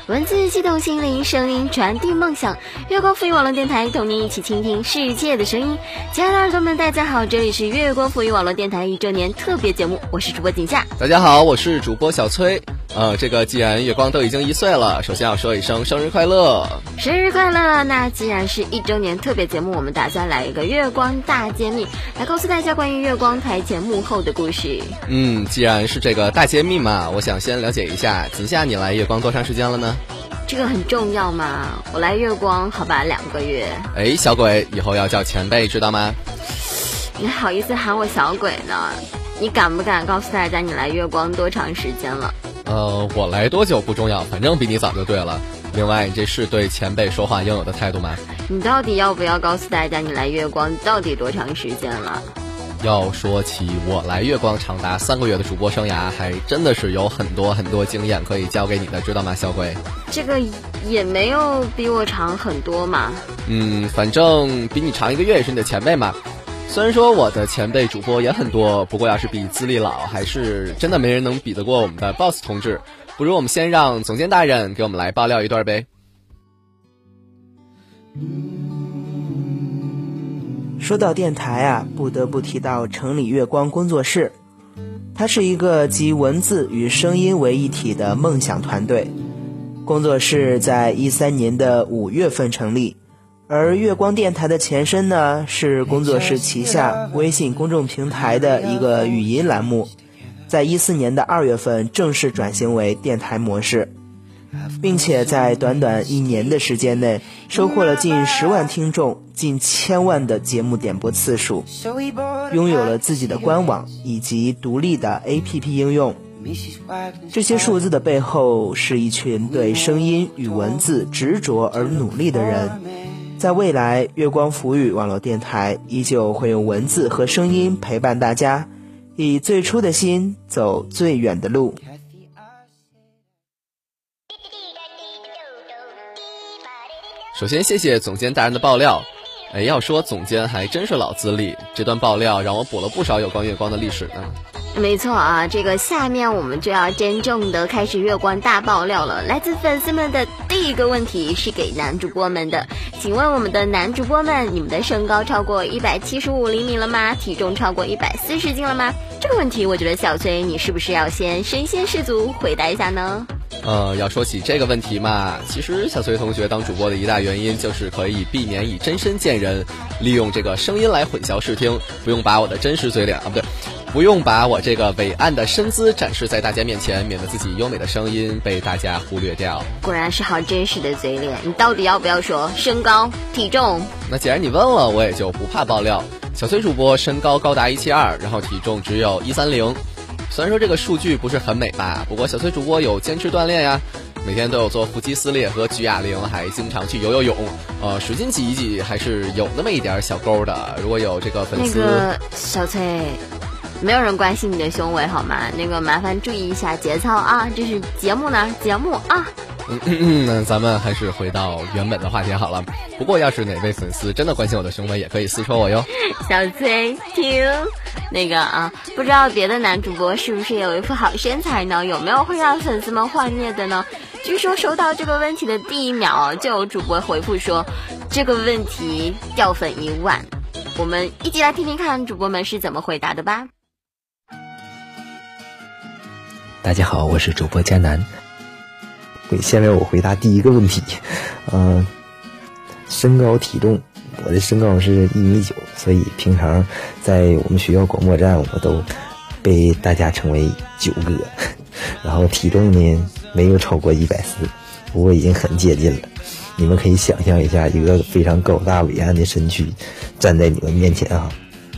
文字激动心灵，声音传递梦想。月光赋予网络电台，同你一起倾听世界的声音。亲爱的耳朵们，大家好，这里是月光赋予网络电台1周年特别节目，我是主播景夏。 大家好，我是主播小崔。这个既然月光都已经1岁了，首先要说一声生日快乐！ 生日快乐！那既然是1周年特别节目，我们打算来一个月光大揭秘，来告诉大家关于月光台前幕后的故事。 既然是这个大揭秘嘛，我想先了解一下，景夏你来月光多长时间了呢？ 这个很重要嘛，我来月光好吧2个月。 小鬼，以后要叫前辈知道吗？ 你好意思喊我小鬼呢？你敢不敢告诉大家你来月光多长时间了？ 我来多久不重要，反正比你早就对了。另外，这是对前辈说话应有的态度吗？ 你到底要不要告诉大家你来月光到底多长时间了？ 要说起我来月光长达3个月的主播生涯，还真的是有很多经验可以教给你的，知道吗，小鬼？ 这个也没有比我长很多嘛。 反正比你长1个月也是你的前辈嘛。虽然说我的前辈主播也很多，不过要是比资历老，还是真的没人能比得过我们的 boss 同志。不如我们先让总监大人给我们来爆料一段呗。 说到电台啊，不得不提到城里月光工作室。它是一个集文字与声音为一体的梦想团队。工作室在13年的5月份成立，而月光电台的前身呢，是工作室旗下微信公众平台的一个语音栏目，在14年的2月份正式转型为电台模式，并且在短短1年的时间内收获了近10万听众，近1000万的节目点播次数，拥有了自己的官网以及独立的 APP 应用。这些数字的背后是一群对声音与文字执着而努力的人。在未来，月光赋予网络电台依旧会用文字和声音陪伴大家，以最初的心走最远的路。 首先谢谢总监大人的爆料。要说总监还真是老资历，这段爆料让我补了不少有关月光的历史呢。 没错啊，这个下面我们就要真正的开始月光大爆料了。来自粉丝们的第一个问题是给男主播们的，请问我们的男主播们，你们的身高超过175厘米了吗？体重超过140斤了吗？这个问题我觉得小崔你是不是要先身先士卒回答一下呢？ 要说起这个问题嘛，其实小崔同学当主播的一大原因就是可以避免以真身见人，利用这个声音来混淆视听，不用把我的真实嘴脸不用把我这个伟岸的身姿展示在大家面前，免得自己优美的声音被大家忽略掉。 果然是好真实的嘴脸，你到底要不要说身高体重？ 那既然你问了，我也就不怕爆料。小崔主播身高高达172，然后体重只有130。虽然说这个数据不是很美吧，不过小崔主播有坚持锻炼呀，每天都有做腹肌撕裂和举哑铃，还经常去游泳，使劲挤一挤还是有那么一点小沟的。如果有这个粉丝， 那个小崔，没有人关心你的胸围好吗？麻烦注意一下节操啊，这是节目呢，节目啊。 那咱们还是回到原本的话题好了。不过要是哪位粉丝真的关心我的胸围，也可以私戳我哟。 小崔听不知道别的男主播是不是有一副好身材呢？有没有会让粉丝们幻灭的呢？据说收到这个问题的第1秒就有主播回复说这个问题掉粉1万。我们一起来听听看主播们是怎么回答的吧。 大家好，我是主播佳南。下面我回答第1个问题。身高体重，我的身高是1.9米，所以平常在我们学校广播站我都被大家称为9哥。然后体重呢没有超过140，不过已经很接近了。你们可以想象一下，一个非常高大伟岸的身躯站在你们面前啊。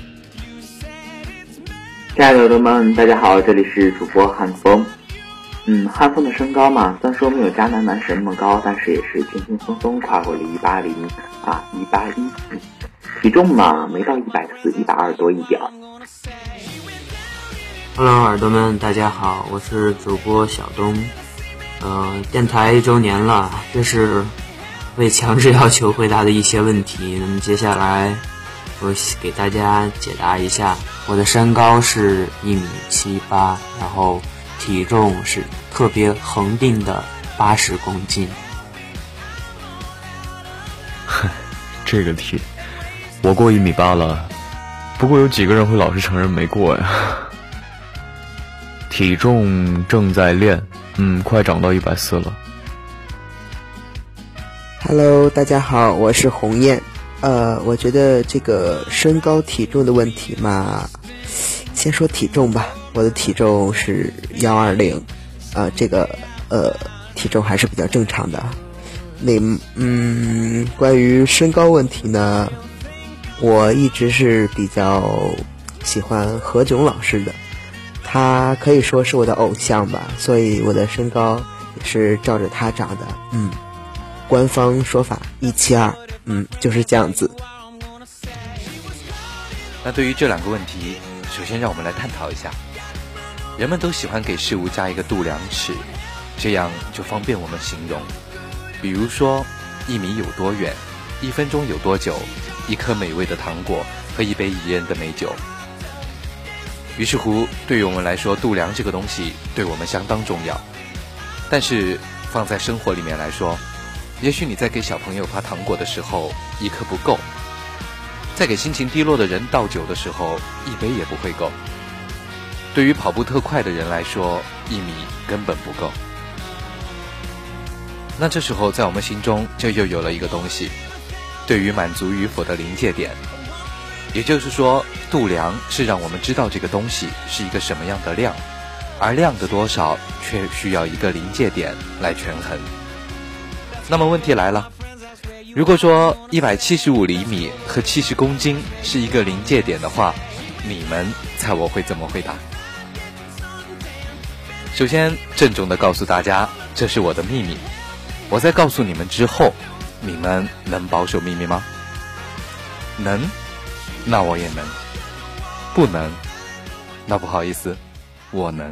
亲爱的耳朵们，大家好，这里是主播汉风。汉风的身高嘛，虽然说没有迦南男神那么高，但是也是轻轻松松跨过了180啊，181。体重嘛，没到140，120多一点。 Hello， 耳朵们，大家好，我是主播小东。电台1周年了，这是被强制要求回答的一些问题。那么接下来我给大家解答一下。我的身高是1.78米，然后体重是特别恒定的 80公斤。 这个题，我过1.8米了，不过有几个人会老实承认没过呀？体重正在练，快长到140了。 Hello， 大家好，我是鸿雁。我觉得这个身高体重的问题嘛，先说体重吧。我的体重是120，这个体重还是比较正常的。关于身高问题呢，我一直是比较喜欢何炅老师的，他可以说是我的偶像吧，所以我的身高也是照着他长的。官方说法172，就是这样子。 那对于这2个问题，首先让我们来探讨一下。人们都喜欢给事物加一个度量尺，这样就方便我们形容。比如说1米有多远，1分钟有多久，一颗美味的糖果和一杯宜人的美酒。于是乎，对于我们来说，度量这个东西对我们相当重要。但是放在生活里面来说，也许你在给小朋友发糖果的时候，1颗不够；在给心情低落的人倒酒的时候，1杯也不会够。对于跑步特快的人来说，1米根本不够。那这时候在我们心中就又有了一个东西，对于满足与否的临界点。也就是说，度量是让我们知道这个东西是一个什么样的量，而量的多少却需要一个临界点来权衡。那么问题来了，如果说175厘米和70公斤是一个临界点的话，你们猜我会怎么回答？首先郑重地告诉大家，这是我的秘密。我在告诉你们之后，你们能保守秘密吗？能，那我也能；不能，那不好意思，我能。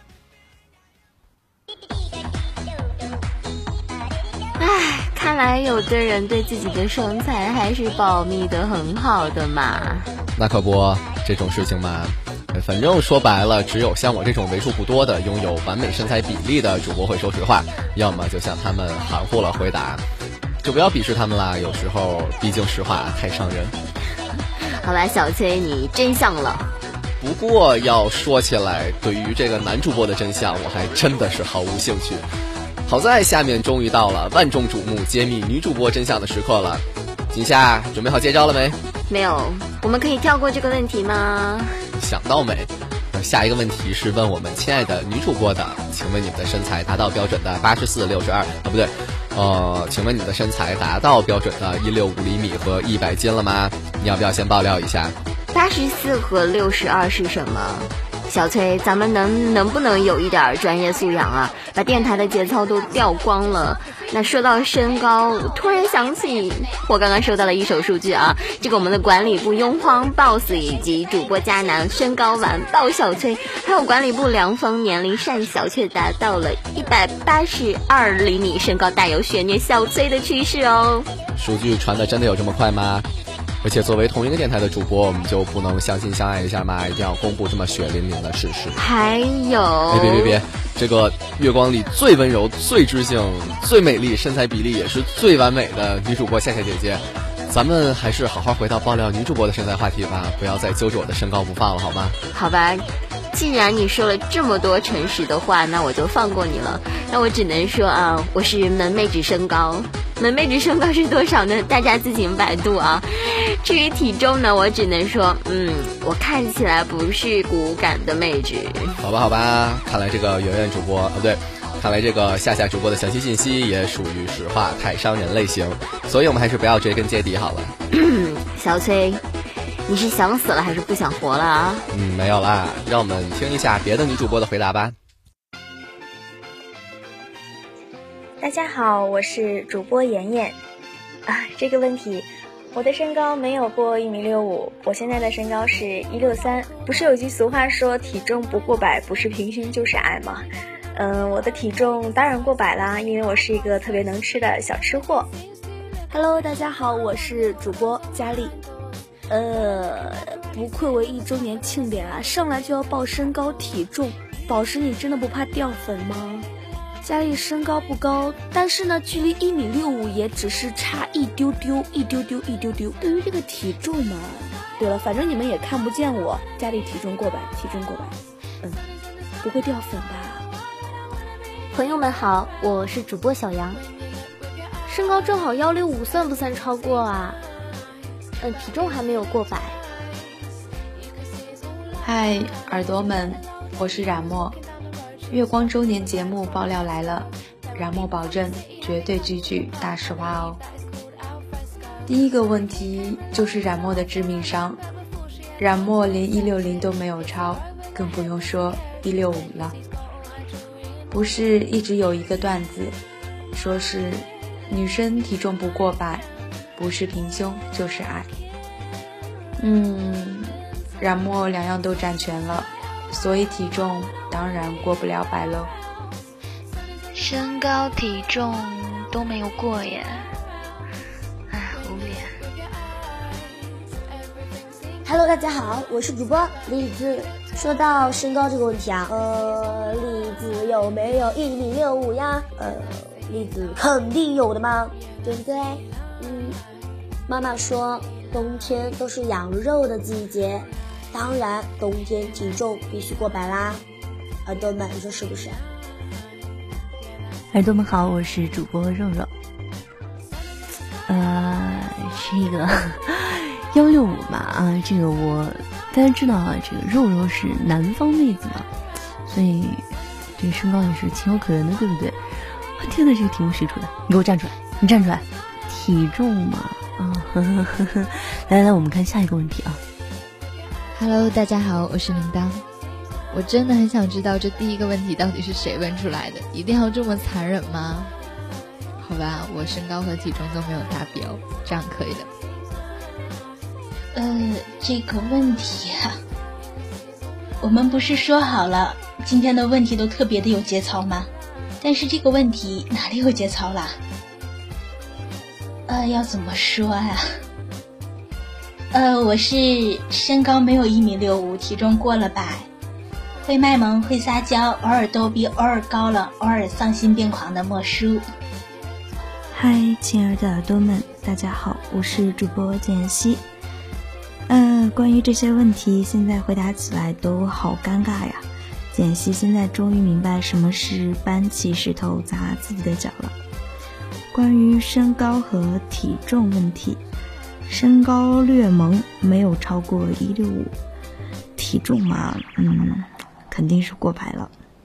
看来有的人对自己的身材还是保密的很好的嘛。 那可不，这种事情嘛，反正说白了，只有像我这种为数不多的拥有完美身材比例的主播会说实话，要么就向他们含糊了回答，就不要鄙视他们啦，有时候毕竟实话太伤人。 好吧，小崔你真相了。 不过要说起来，对于这个男主播的真相，我还真的是毫无兴趣。好在下面终于到了万众瞩目揭秘女主播真相的时刻了。锦夏准备好接招了没？ 没有，我们可以跳过这个问题吗？ 想到没？下一个问题是问我们亲爱的女主播的，请问你们的身材达到标准的84、62不对，请问你的身材达到标准的165厘米和100斤了吗？你要不要先爆料一下 ？84和62是什么？小崔，咱们能不能有一点专业素养啊？把电台的节操都掉光了。那说到身高，突然想起我刚刚收到了一手数据啊，这个我们的管理部雍荒 boss 以及主播佳楠身高完爆小崔，还有管理部梁峰年龄善小却达到了182厘米，身高大有血虐小崔的趋势哦。 数据传的真的有这么快吗？而且作为同一个电台的主播，我们就不能相亲相爱一下吗？一定要公布这么血淋淋的事实。 还有， 别，这个月光里最温柔、最知性、最美丽、身材比例也是最完美的女主播夏夏姐姐，咱们还是好好回到爆料女主播的身材话题吧，不要再揪着我的身高不放了，好吗？ 好吧，既然你说了这么多诚实的话，那我就放过你了。那我只能说啊，我是门妹纸身高。门妹纸身高是多少呢？大家自行百度啊。至于体重呢，我只能说，我看起来不是骨感的妹纸。 好吧，看来这个圆圆主播不对，看来这个夏夏主播的详细信息也属于实话太伤人类型，所以我们还是不要追根结底好了。 小崔，你是想死了还是不想活了啊？ 没有啦，让我们听一下别的女主播的回答吧。 大家好，我是主播妍妍。这个问题，我的身高没有过1.65米，我现在的身高是163。不是有句俗话说体重不过百，不是平胸就是矮吗？我的体重当然过百啦，因为我是一个特别能吃的小吃货。 Hello， 大家好，我是主播佳丽。不愧为1周年庆典啊，上来就要报身高体重，宝石你真的不怕掉粉吗？ 家里身高不高，但是呢，距离1.65米也只是差一丢丢。对于这个体重嘛，对了，反正你们也看不见我，家里体重过百，不会掉粉吧？ 朋友们好，我是主播小杨，身高正好165，算不算超过啊？体重还没有过百。 嗨，耳朵们，我是冉墨。月光周年节目爆料来了，冉墨保证绝对句句大实话哦。第一个问题就是冉墨的致命伤，冉墨连160都没有超，更不用说165了。不是一直有一个段子，说是女生体重不过百，不是平胸就是矮。冉墨两样都占全了，所以体重当然过不了100喽。 身高体重都没有过耶，无脸。 Hello， 大家好，我是主播栗子。说到身高这个问题啊，栗子有没有1.65米呀？栗子肯定有的嘛，对不对？妈妈说冬天都是养肉的季节，当然冬天体重必须过百啦。耳朵们，你说是不是？ 耳朵们好，我是主播肉肉。这个165嘛，这个大家知道啊，这个肉肉是南方妹子嘛，所以这个身高也是情有可原的，对不对？天哪，这个题目谁出的？你给我站出来，你站出来。体重嘛，来，我们看下一个问题啊。 Hello， 大家好，我是铃铛。我真的很想知道这第一个问题到底是谁问出来的，一定要这么残忍吗？好吧，我身高和体重都没有达标，这样可以的。 这个问题啊，我们不是说好了今天的问题都特别的有节操吗？但是这个问题哪里有节操啦？要怎么说呀？我是身高没有1.65米，体重过了100，会卖萌，会撒娇，偶尔逗逼，偶尔高冷，偶尔丧心病狂的莫叔。 嗨，亲爱的耳朵们，大家好，我是主播简溪。关于这些问题，现在回答起来都好尴尬呀。简溪现在终于明白什么是搬起石头砸自己的脚了。关于身高和体重问题，身高略萌，没有超过165，体重嘛，肯定是过百了。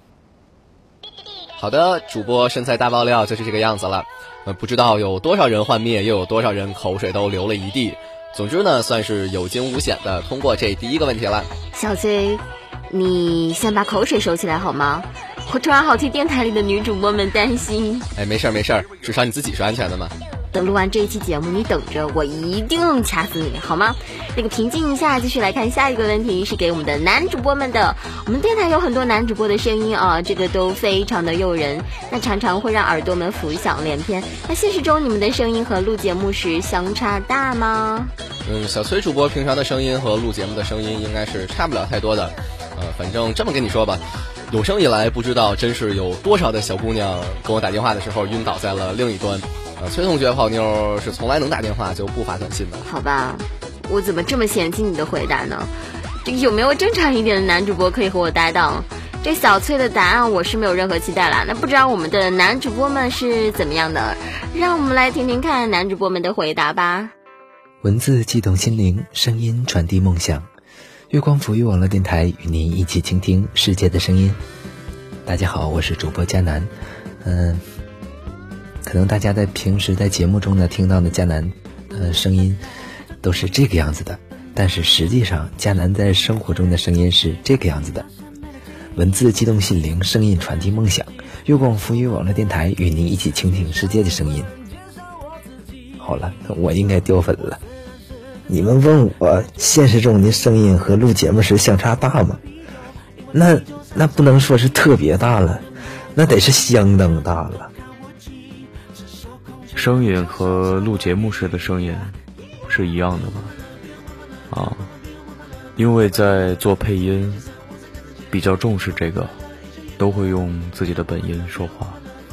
好的，主播身材大爆料就是这个样子了。不知道有多少人幻灭，又有多少人口水都流了一地。总之呢，算是有惊无险的通过这第一个问题了。 小崔，你先把口水收起来好吗？我突然好替电台里的女主播们担心。 没事儿，至少你自己是安全的嘛。 等录完这一期节目，你等着，我一定掐死你，好吗？平静一下，继续来看下一个问题，是给我们的男主播们的。我们电台有很多男主播的声音啊，这个都非常的诱人，那常常会让耳朵们浮想联翩。那现实中你们的声音和录节目时相差大吗？ 小崔主播平常的声音和录节目的声音应该是差不了太多的。反正这么跟你说吧，有生以来不知道真是有多少的小姑娘跟我打电话的时候晕倒在了另一端。崔同学泡妞是从来能打电话就不发短信的。 好吧，我怎么这么嫌弃你的回答呢？有没有正常一点的男主播可以和我搭档？这小崔的答案我是没有任何期待啦。那不知道我们的男主播们是怎么样的？让我们来听听看男主播们的回答吧。 文字悸动心灵，声音传递梦想。月光抚育网络电台与您一起倾听世界的声音。大家好，我是主播佳楠。可能大家在平时在节目中呢听到的佳楠声音都是这个样子的，但是实际上佳楠在生活中的声音是这个样子的。文字激动心灵，声音传递梦想。月光抚育网络电台与您一起倾听世界的声音。好了，我应该掉粉了。你们问我现实中的声音和录节目时相差大吗？那不能说是特别大了，那得是相当大了。 声音和录节目时的声音是一样的吗？因为在做配音比较重视这个，都会用自己的本音说话。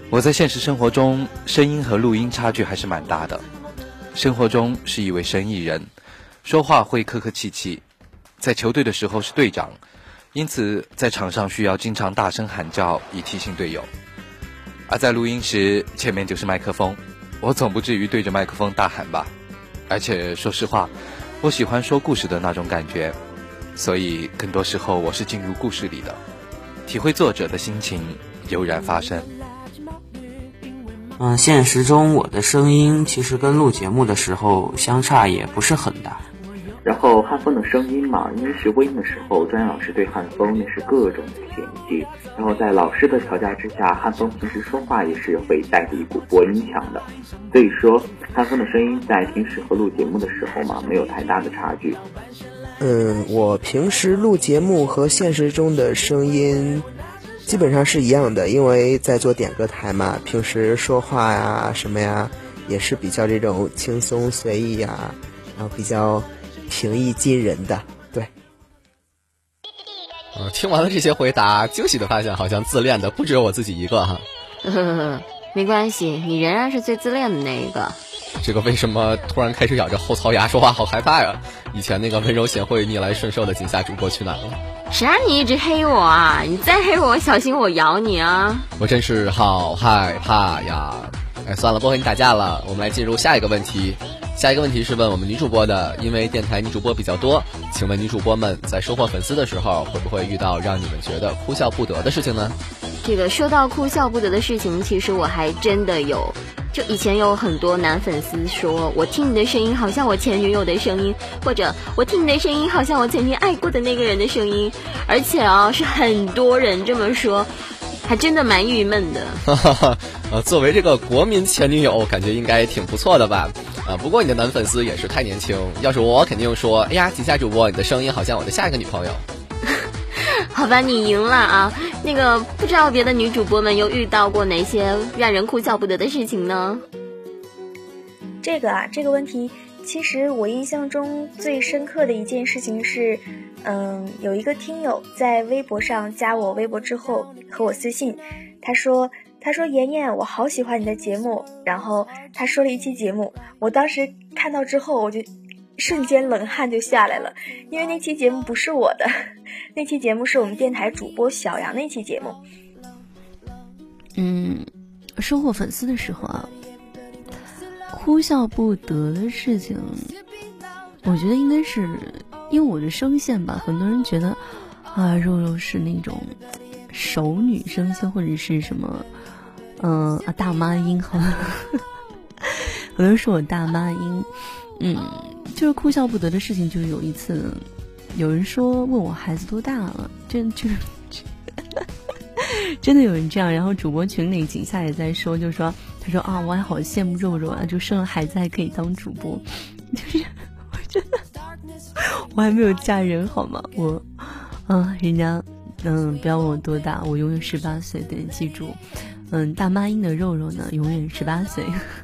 我在现实生活中，声音和录音差距还是蛮大的。生活中是一位生意人，说话会客客气气，在球队的时候是队长，因此在场上需要经常大声喊叫以提醒队友。而在录音时，前面就是麦克风，我总不至于对着麦克风大喊吧。而且说实话，我喜欢说故事的那种感觉，所以更多时候我是进入故事里的，体会作者的心情，油然发生。 现实中我的声音其实跟录节目的时候相差也不是很大。 然后汉风的声音嘛，因为学播音的时候，专业老师对汉风那是各种嫌弃，然后在老师的调教之下，汉风平时说话也是会带着一股播音腔的，所以说汉风的声音在平时和录节目的时候嘛，没有太大的差距。 我平时录节目和现实中的声音基本上是一样的，因为在做点歌台嘛，平时说话呀什么呀也是比较这种轻松随意呀，然后比较平易近人的。对。 听完了这些回答，惊喜的发现好像自恋的不只有我自己一个哈。 没关系，你仍然是最自恋的那一个。 这个为什么突然开始咬着后槽牙说话，好害怕呀！以前那个温柔贤惠逆来顺受的井下主播去哪了？ 谁让你一直黑我啊？你再黑我，小心我咬你啊！ 我真是好害怕呀！算了，不和你打架了，我们来进入下一个问题。下一个问题是问我们女主播的，因为电台女主播比较多，请问女主播们在收获粉丝的时候，会不会遇到让你们觉得哭笑不得的事情呢？ 这个说到哭笑不得的事情，其实我还真的有。就以前有很多男粉丝说，我听你的声音好像我前女友的声音，或者我听你的声音好像我曾经爱过的那个人的声音，而且是很多人这么说，还真的蛮郁闷的。 作为这个国民前女友，感觉应该挺不错的吧？不过你的男粉丝也是太年轻，要是我肯定说，哎呀，井下主播，你的声音好像我的下一个女朋友。 好吧，你赢了啊！那个不知道别的女主播们又遇到过哪些让人哭笑不得的事情呢？ 这个问题，其实我印象中最深刻的一件事情是，有一个听友在微博上加我微博之后和我私信，他说妍妍，我好喜欢你的节目，然后他说了一期节目，我当时看到之后我就瞬间冷汗就下来了，因为那期节目不是我的，那期节目是我们电台主播小杨那期节目。 收获粉丝的时候啊，哭笑不得的事情，我觉得应该是因为我的声线吧，很多人觉得肉肉是那种熟女声线或者是什么大妈音好了很多人说我大妈音。就是哭笑不得的事情，就是有一次有人说问我孩子多大了，真的有人这样，然后主播群里井下也在说，就说他说我还好羡慕肉肉啊，就生了孩子还可以当主播，就是我真的我还没有嫁人好吗？我人家不要问我多大，我永远18岁，对，记住，大妈音的肉肉呢永远18岁。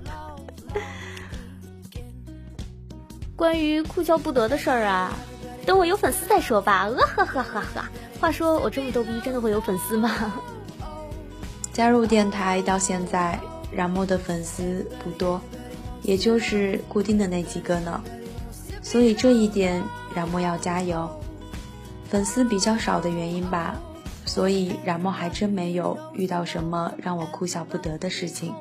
关于哭笑不得的事儿啊，等我有粉丝再说吧。话说我这么逗逼，真的会有粉丝吗？ 加入电台到现在，冉墨的粉丝不多，也就是固定的那几个呢。所以这一点冉墨要加油。粉丝比较少的原因吧，所以冉墨还真没有遇到什么让我哭笑不得的事情。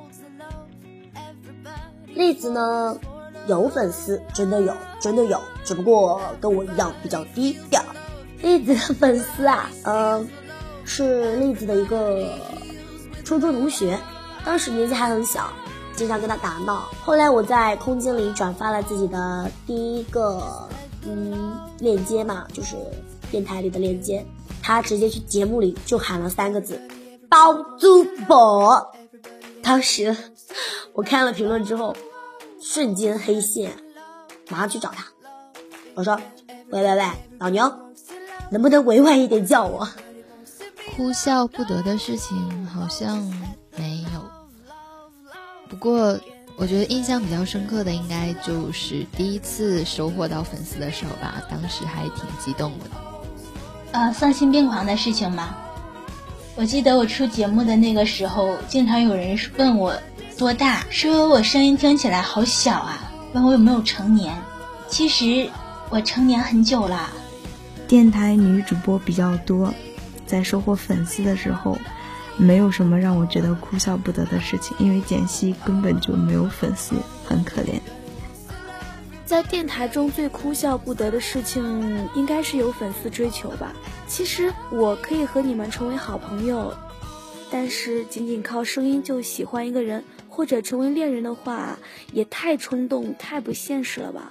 栗子呢？有粉丝，真的有，只不过跟我一样比较低调。栗子的粉丝是栗子的一个初中同学，当时年纪还很小，经常跟他打闹。后来我在空间里转发了自己的第一个链接嘛，就是电台里的链接，他直接去节目里就喊了3个字：包租婆。当时我看了评论之后，瞬间黑线，马上去找他，我说喂，老牛，能不能委婉一点叫我？ 哭笑不得的事情好像没有，不过我觉得印象比较深刻的应该就是第一次收获到粉丝的时候吧，当时还挺激动的。 丧心病狂的事情吗？ 我记得我出节目的那个时候，经常有人问我多大，说我声音听起来好小啊，问我有没有成年。其实我成年很久了。 电台女主播比较多，在收获粉丝的时候，没有什么让我觉得哭笑不得的事情，因为简溪根本就没有粉丝，很可怜。 在电台中最哭笑不得的事情应该是有粉丝追求吧。其实我可以和你们成为好朋友，但是仅仅靠声音就喜欢一个人或者成为恋人的话，也太冲动太不现实了吧。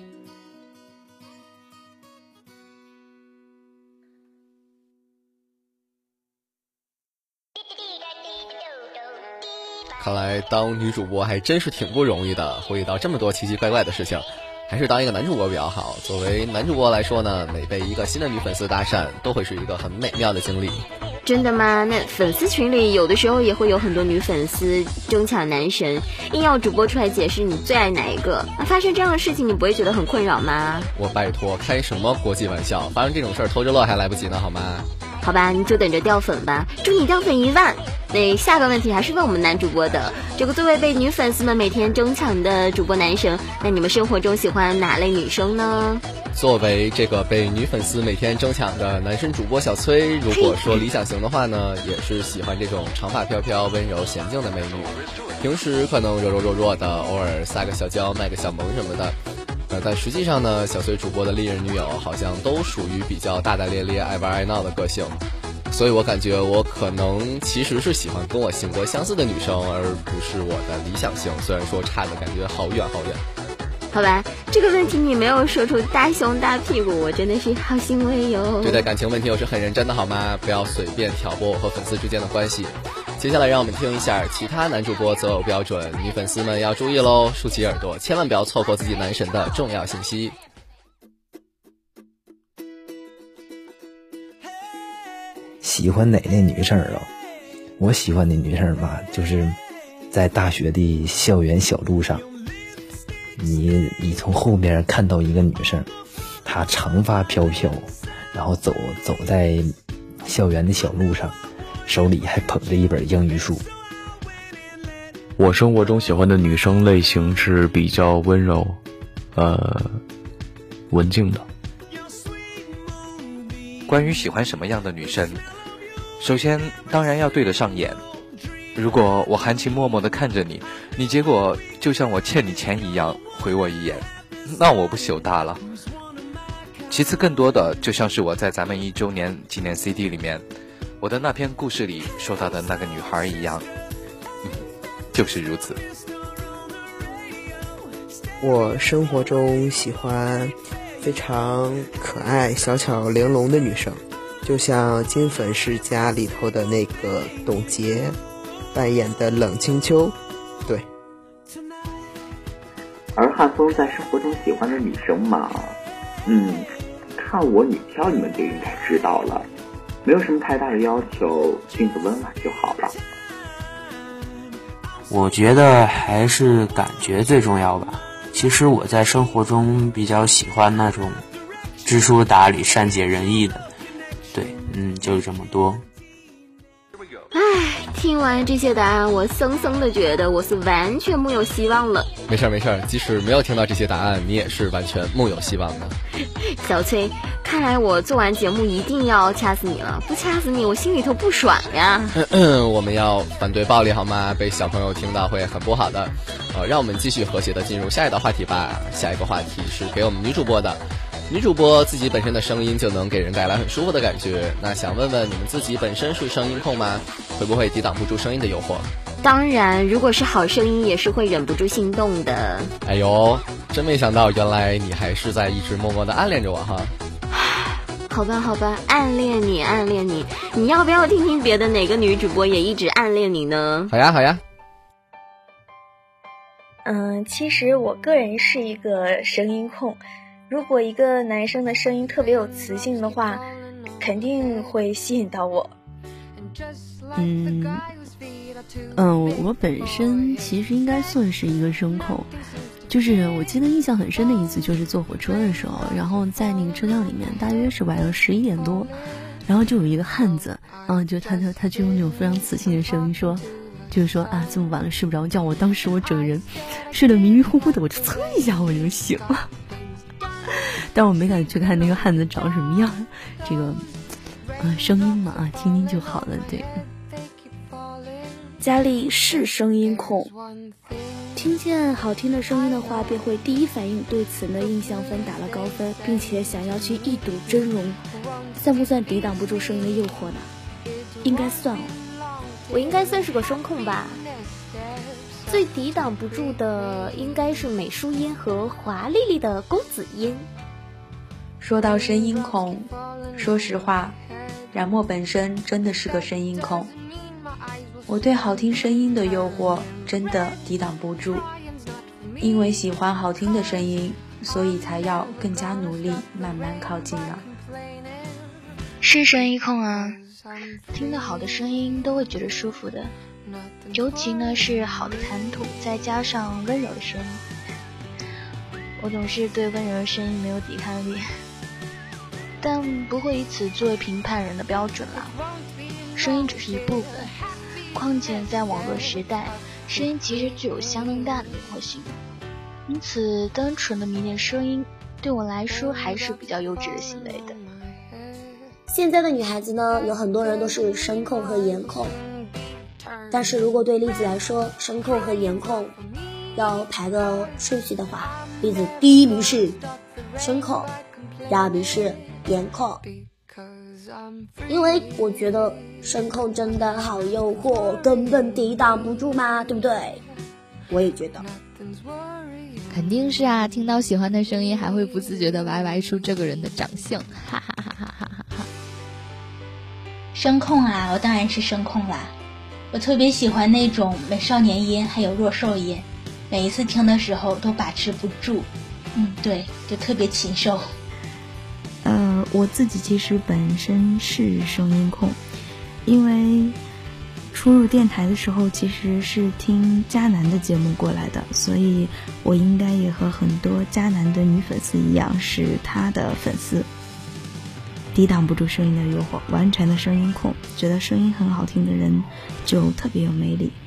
看来当女主播还真是挺不容易的，会遇到这么多奇奇怪怪的事情，还是当一个男主播比较好。作为男主播来说呢，每被一个新的女粉丝搭讪，都会是一个很美妙的经历。 真的吗？那粉丝群里有的时候也会有很多女粉丝争抢男神，硬要主播出来解释你最爱哪一个。那发生这样的事情，你不会觉得很困扰吗？ 我拜托，开什么国际玩笑？发生这种事儿偷着乐还来不及呢，好吗？ 好吧，你就等着掉粉吧，祝你掉粉1万。那下个问题还是问我们男主播的，这个作为被女粉丝们每天争抢的主播男生，那你们生活中喜欢哪类女生呢？ 作为这个被女粉丝每天争抢的男生主播小崔，如果说理想型的话呢，也是喜欢这种长发飘飘、温柔娴静的美女，平时可能柔柔弱弱的，偶尔撒个小娇、卖个小萌什么的。但实际上呢，小崔主播的历任女友好像都属于比较大大咧咧、爱玩爱闹的个性，所以我感觉我可能其实是喜欢跟我性格相似的女生，而不是我的理想型，虽然说差的感觉好远好远。 好吧，这个问题你没有说出大胸大屁股，我真的是好欣慰哟。 对待感情问题我是很认真的好吗？不要随便挑拨我和粉丝之间的关系。接下来让我们听一下其他男主播择偶标准，女粉丝们要注意喽，竖起耳朵，千万不要错过自己男神的重要信息。 喜欢哪类女生啊？我喜欢的女生吧，就是在大学的校园小路上，你从后边看到一个女生，她长发飘飘，然后走在校园的小路上，手里还捧着一本英语书。 我生活中喜欢的女生类型是比较温柔文静的。 关于喜欢什么样的女生，首先当然要对得上眼。如果我含情脉脉地看着你，你结果就像我欠你钱一样回我一眼，那我不羞大了。其次更多的就像是我在咱们1周年纪念 CD 里面我的那篇故事里说到的那个女孩一样，就是如此。 我生活中喜欢非常可爱小巧玲珑的女生，就像《金粉世家》里头的那个董洁扮演的冷清秋。对。 而汉风在生活中喜欢的女生嘛，看我女票你们就应该知道了，没有什么太大的要求，性子温婉就好了。 我觉得还是感觉最重要吧。其实我在生活中比较喜欢那种知书达理、善解人意的。对，就是这么多。 唉，听完这些答案，我森森的觉得我是完全木有希望了。 没事，即使没有听到这些答案，你也是完全木有希望的。 小崔，看来我做完节目一定要掐死你了，不掐死你我心里头不爽呀。 我们要反对暴力好吗？被小朋友听到会很不好的。让我们继续和谐的进入下一道话题吧。下一个话题是给我们女主播的。女主播自己本身的声音就能给人带来很舒服的感觉，那想问问你们自己本身是声音控吗？会不会抵挡不住声音的诱惑？ 当然，如果是好声音也是会忍不住心动的。 哎呦，真没想到原来你还是在一直默默的暗恋着我哈。 好吧，暗恋你，你要不要听听别的哪个女主播也一直暗恋你呢？ 好呀。 其实我个人是一个声音控，如果一个男生的声音特别有磁性的话，肯定会吸引到我。 我本身其实应该算是一个声控，就是我记得印象很深的一次，就是坐火车的时候，然后在那个车厢里面大约是晚上11点多， 然后就有一个汉子，就他就用那种非常磁性的声音说，就是说啊，这么晚了睡不着觉，我当时我整个人睡得迷迷糊糊的，我就噌一下我就醒了，但我没敢去看那个汉子长什么样，这个声音嘛听听就好了。对， 佳丽是声音控，听见好听的声音的话，便会第一反应对此的印象分打了高分，并且想要去一睹真容，算不算抵挡不住声音的诱惑呢？应该算哦。 我应该算是个声控吧，最抵挡不住的应该是美淑音和华丽丽的公子音。 说到声音控，说实话，冉墨本身真的是个声音控，我对好听声音的诱惑真的抵挡不住，因为喜欢好听的声音，所以才要更加努力，慢慢靠近啊。 是声音控啊，听得好的声音都会觉得舒服的，尤其呢是好的谈吐，再加上温柔的声音。我总是对温柔的声音没有抵抗力，但不会以此作为评判人的标准啦。声音只是一部分，况且在网络时代，声音其实具有相当大的灵活性，因此单纯的迷恋声音对我来说还是比较幼稚的行为的。 现在的女孩子呢，有很多人都是声控和颜控，但是如果对栗子来说，声控和颜控要排个顺序的话，栗子第一名是声控，第二名是颜控，因为我觉得声控真的好诱惑，根本抵挡不住嘛，对不对？我也觉得肯定是啊，听到喜欢的声音还会不自觉地歪歪出这个人的长相，哈哈哈哈哈哈。 声控啊，我当然是声控啦，我特别喜欢那种美少年音还有弱兽音，每一次听的时候都把持不住，对，就特别禽兽。 我自己其实本身是声音控，因为初入电台的时候其实是听迦南的节目过来的，所以我应该也和很多迦南的女粉丝一样是他的粉丝，抵挡不住声音的诱惑，完全的声音控，觉得声音很好听的人就特别有魅力。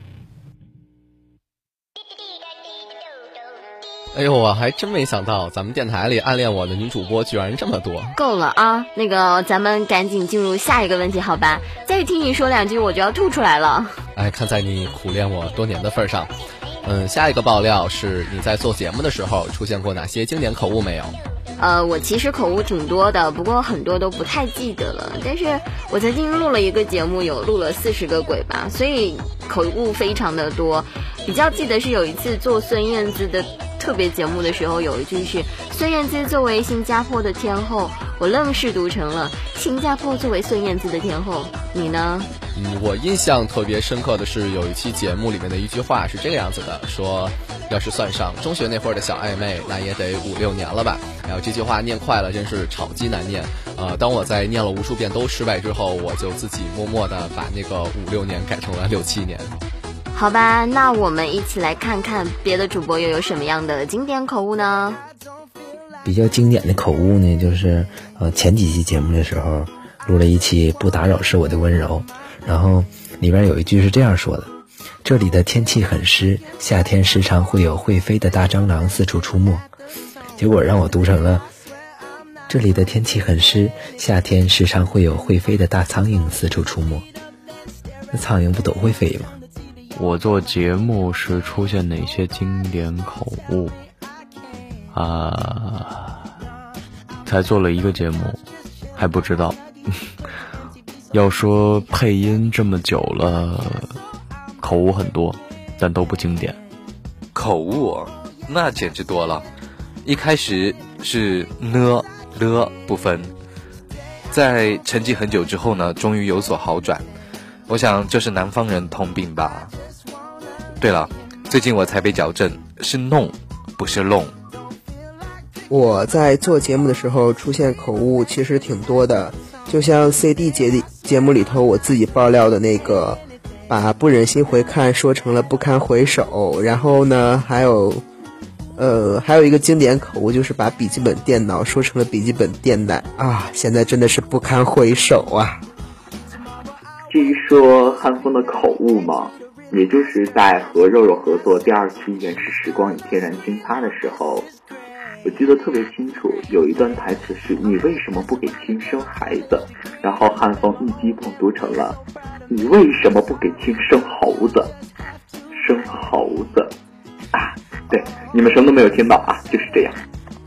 哎呦，我还真没想到咱们电台里暗恋我的女主播居然这么多。 够了啊，那个咱们赶紧进入下一个问题好吧，再听你说两句我就要吐出来了。 哎，看在你苦练我多年的份上，下一个爆料是你在做节目的时候出现过哪些经典口误没有？ 我其实口误挺多的，不过很多都不太记得了，但是我曾经录了一个节目，有录了40个鬼吧，所以口误非常的多。比较记得是有一次做孙燕姿的特别节目的时候，有一句是孙燕姿作为新加坡的天后，我愣是读成了新加坡作为孙燕姿的天后。你呢？ 我印象特别深刻的是有一期节目里面的一句话是这个样子的，说要是算上中学那会儿的小暧昧，那也得5-6年了吧。然后这句话念快了真是超级难念，当我在念了无数遍都失败之后，我就自己默默的把那个5-6年改成了6-7年。 好吧，那我们一起来看看别的主播又有什么样的经典口误呢？ 比较经典的口误呢，就是前几期节目的时候录了一期不打扰是我的温柔，然后里边有一句是这样说的，这里的天气很湿，夏天时常会有会飞的大蟑螂四处出没，结果让我读成了这里的天气很湿，夏天时常会有会飞的大苍蝇四处出没。那苍蝇不都会飞吗？ 我做节目时出现哪些经典口误才做了一个节目还不知道要说配音这么久了，口误很多，但都不经典。 口误那简直多了，一开始是呢了不分，在沉寂很久之后呢，终于有所好转。我想这是南方人通病吧。对了，最近我才被矫正，是弄不是弄。 我在做节目的时候出现口误其实挺多的，就像 CD 节目里头我自己爆料的那个把不忍心回看说成了不堪回首，然后呢还有还有一个经典口误就是把笔记本电脑说成了笔记本电奶啊，现在真的是不堪回首啊。 至于说汉风的口误嘛，也就是在和肉肉合作第2期《原始时光与天然惊趴》的时候，我记得特别清楚，有一段台词是你为什么不给亲生孩子，然后汉风一击捧读成了你为什么不给亲生猴子，生猴子啊，对，你们什么都没有听到啊，就是这样。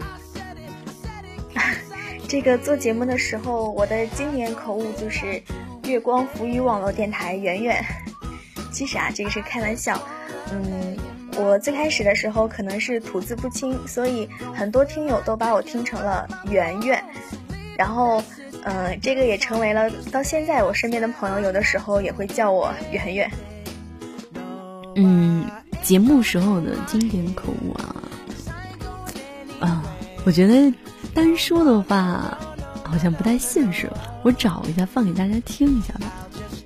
这个做节目的时候，我的经典口误就是月光浮语网络电台圆圆。其实啊，这个是开玩笑。我最开始的时候可能是吐字不清，所以很多听友都把我听成了圆圆。然后，这个也成为了到现在我身边的朋友有的时候也会叫我圆圆。 节目时候的经典口误我觉得单说的话好像不太现实，我找一下放给大家听一下吧。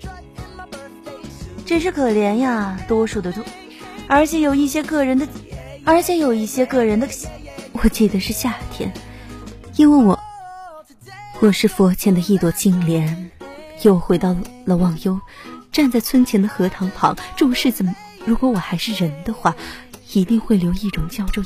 真是可怜呀，多数的而且有一些个人的，我记得是夏天，因为我是佛前的一朵金莲，又回到了忘忧，站在村前的荷塘旁，众世子如果我还是人的话，一定会留一种叫做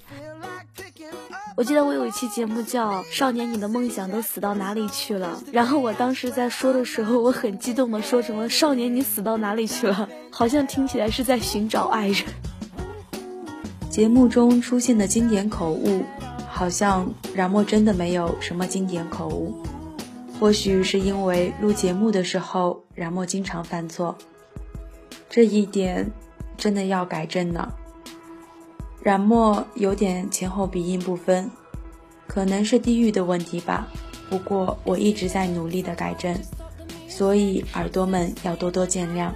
我记得我有一期节目叫少年你的梦想都死到哪里去了，然后我当时在说的时候，我很激动的说成了少年你死到哪里去了，好像听起来是在寻找爱人。 节目中出现的经典口误，好像冉墨真的没有什么经典口误，或许是因为录节目的时候冉墨经常犯错，这一点真的要改正呢。冉墨有点前后鼻音不分，可能是地域的问题吧，不过我一直在努力的改正，所以耳朵们要多多见谅。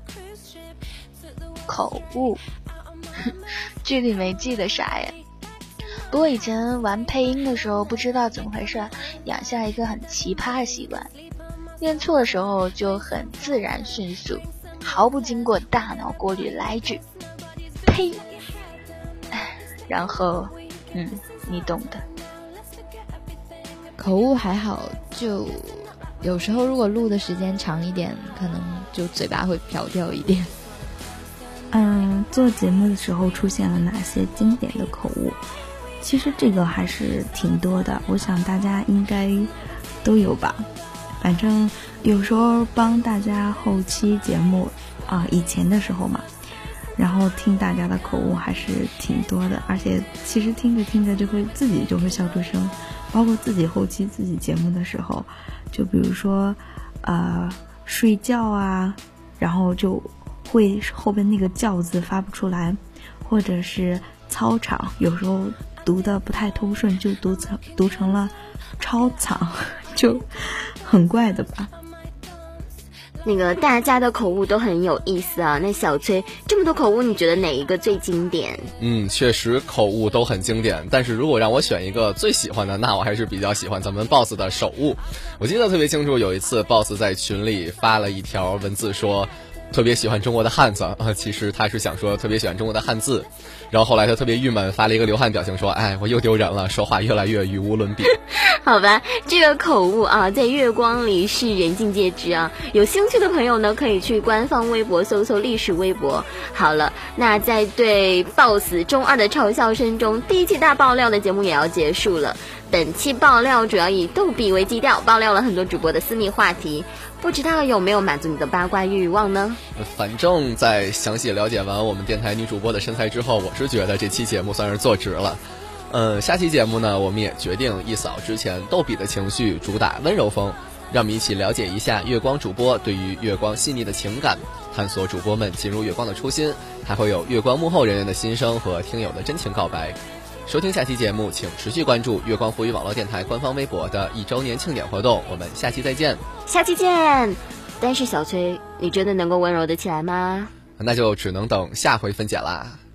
口误具体没记得啥呀，不过以前玩配音的时候不知道怎么回事，养下一个很奇葩的习惯，念错的时候就很自然迅速，毫不经过大脑过滤来一句呸，然后你懂的。 口误还好，就有时候如果录的时间长一点，可能就嘴巴会飘掉一点。 做节目的时候出现了哪些经典的口误？其实这个还是挺多的，我想大家应该都有吧。反正有时候帮大家后期节目以前的时候嘛，然后听大家的口误还是挺多的，而且其实听着听着自己就会笑出声，包括自己后期自己节目的时候，就比如说睡觉啊，然后就会后边那个叫字发不出来，或者是操场有时候读的不太通顺，就读成了超场，就很怪的吧。 那个大家的口误都很有意思啊，那小崔这么多口误，你觉得哪一个最经典？ 确实口误都很经典，但是如果让我选一个最喜欢的，那我还是比较喜欢咱们 boss 的手误。我记得特别清楚，有一次 boss 在群里发了一条文字说特别喜欢中国的汉字其实他是想说特别喜欢中国的汉字，然后后来他特别郁闷，发了一个流汗表情说我又丢人了，说话越来越语无伦比。 好吧，这个口误在月光里是人尽皆知啊，有兴趣的朋友呢可以去官方微博搜搜历史微博。好了，那在对 boss 中二的嘲笑声中，第一期大爆料的节目也要结束了。本期爆料主要以逗比为基调，爆料了很多主播的私密话题，不知道有没有满足你的八卦欲望呢？ 反正在详细了解完我们电台女主播的身材之后，我是觉得这期节目算是做值了。下期节目呢，我们也决定一扫之前逗比的情绪，主打温柔风，让我们一起了解一下月光主播对于月光细腻的情感，探索主播们进入月光的初心，还会有月光幕后人员的心声和听友的真情告白。收听下期节目，请持续关注月光浮语网络电台官方微博的1周年庆典活动，我们下期再见。 下期见。但是小崔，你真的能够温柔得起来吗？ 那就只能等下回分解啦。